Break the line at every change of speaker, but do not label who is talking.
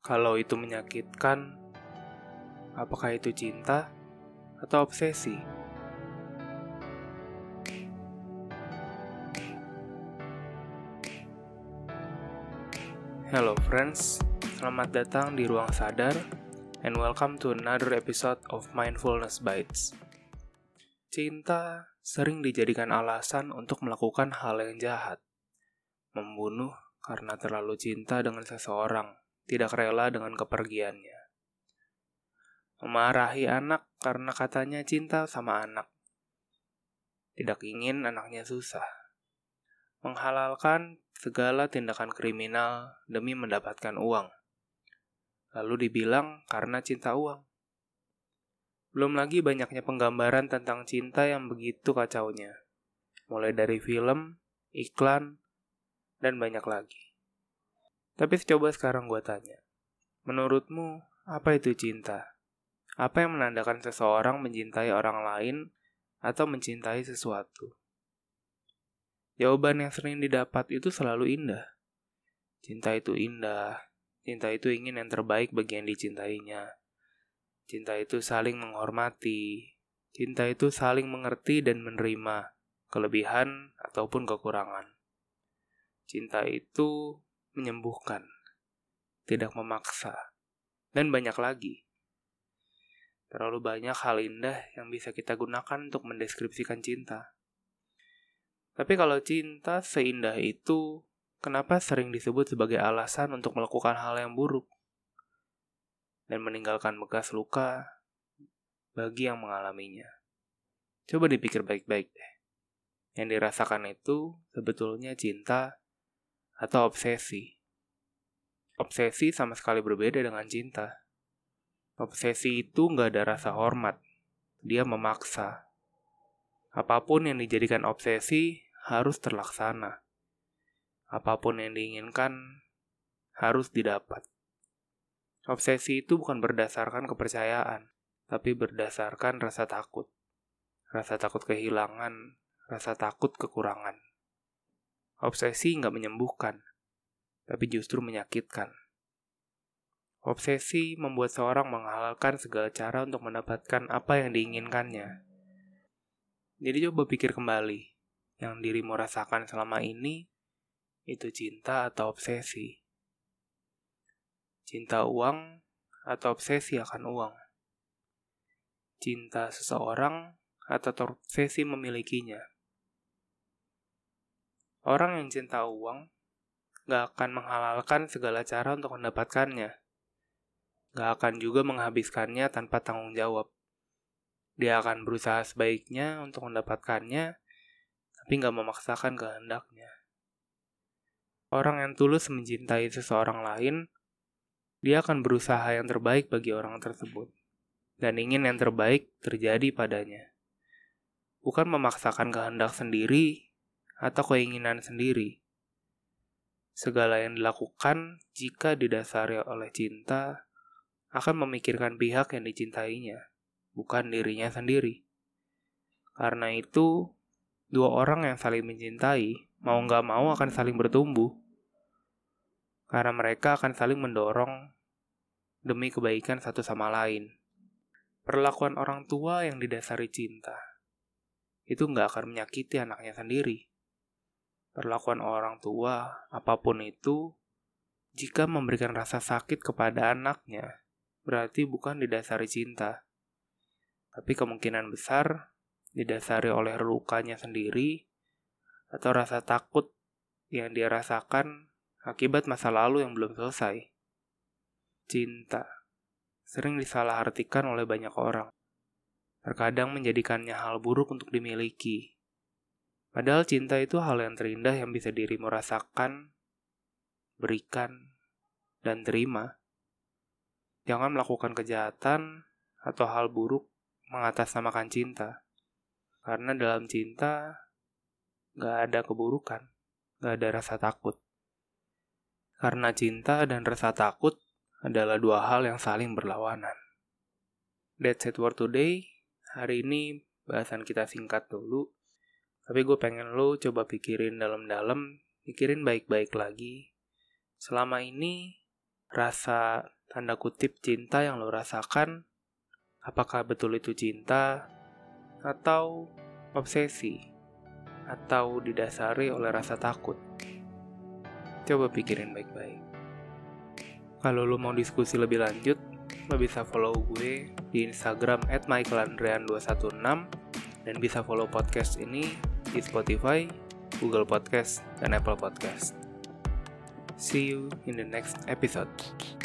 Kalau itu menyakitkan, apakah itu cinta atau obsesi? Hello friends, selamat datang di Ruang Sadar and welcome to another episode of Mindfulness Bites. Cinta sering dijadikan alasan untuk melakukan hal yang jahat. Membunuh karena terlalu cinta dengan seseorang, tidak rela dengan kepergiannya. Memarahi anak karena katanya cinta sama anak. Tidak ingin anaknya susah. Menghalalkan segala tindakan kriminal demi mendapatkan uang. Lalu dibilang karena cinta uang. Belum lagi banyaknya penggambaran tentang cinta yang begitu kacaunya. Mulai dari film, iklan, dan banyak lagi. Tapi coba sekarang gue tanya. Menurutmu, apa itu cinta? Apa yang menandakan seseorang mencintai orang lain atau mencintai sesuatu? Jawaban yang sering didapat itu selalu indah. Cinta itu indah. Cinta itu ingin yang terbaik bagi yang dicintainya. Cinta itu saling menghormati. Cinta itu saling mengerti dan menerima kelebihan ataupun kekurangan. Cinta itu menyembuhkan, tidak memaksa, dan banyak lagi. Terlalu banyak hal indah yang bisa kita gunakan untuk mendeskripsikan cinta. Tapi kalau cinta seindah itu, kenapa sering disebut sebagai alasan untuk melakukan hal yang buruk dan meninggalkan bekas luka bagi yang mengalaminya? Coba dipikir baik-baik deh. Yang dirasakan itu sebetulnya cinta atau obsesi. Obsesi sama sekali berbeda dengan cinta. Obsesi itu nggak ada rasa hormat. Dia memaksa. Apapun yang dijadikan obsesi harus terlaksana. Apapun yang diinginkan harus didapat. Obsesi itu bukan berdasarkan kepercayaan, tapi berdasarkan rasa takut. Rasa takut kehilangan, rasa takut kekurangan. Obsesi nggak menyembuhkan, tapi justru menyakitkan. Obsesi membuat seorang menghalalkan segala cara untuk mendapatkan apa yang diinginkannya. Jadi coba pikir kembali, yang dirimu rasakan selama ini, itu cinta atau obsesi? Cinta uang atau obsesi akan uang? Cinta seseorang atau obsesi memilikinya? Orang yang cinta uang gak akan menghalalkan segala cara untuk mendapatkannya. Gak akan juga menghabiskannya tanpa tanggung jawab. Dia akan berusaha sebaiknya untuk mendapatkannya, tapi gak memaksakan kehendaknya. Orang yang tulus mencintai seseorang lain, dia akan berusaha yang terbaik bagi orang tersebut, dan ingin yang terbaik terjadi padanya. Bukan memaksakan kehendak sendiri atau keinginan sendiri. Segala yang dilakukan jika didasari oleh cinta akan memikirkan pihak yang dicintainya, bukan dirinya sendiri. Karena itu, dua orang yang saling mencintai mau gak mau akan saling bertumbuh. Karena mereka akan saling mendorong demi kebaikan satu sama lain. Perlakuan orang tua yang didasari cinta itu gak akan menyakiti anaknya sendiri. Perlakuan orang tua, apapun itu, jika memberikan rasa sakit kepada anaknya, berarti bukan didasari cinta. Tapi kemungkinan besar didasari oleh lukanya sendiri atau rasa takut yang dia rasakan akibat masa lalu yang belum selesai. Cinta sering disalahartikan oleh banyak orang. Terkadang menjadikannya hal buruk untuk dimiliki. Padahal cinta itu hal yang terindah yang bisa dirimu rasakan, berikan, dan terima. Jangan melakukan kejahatan atau hal buruk mengatasnamakan cinta. Karena dalam cinta gak ada keburukan, gak ada rasa takut. Karena cinta dan rasa takut adalah dua hal yang saling berlawanan. That's it for today. Hari ini bahasan kita singkat dulu. Tapi gue pengen lo coba pikirin dalam-dalam, pikirin baik-baik lagi. Selama ini, rasa tanda kutip cinta yang lo rasakan, apakah betul itu cinta, atau obsesi, atau didasari oleh rasa takut. Coba pikirin baik-baik. Kalau lo mau diskusi lebih lanjut, lo bisa follow gue di Instagram @michaelandrian216 dan bisa follow podcast ini di Spotify, Google Podcast, dan Apple Podcast. See you in the next episode.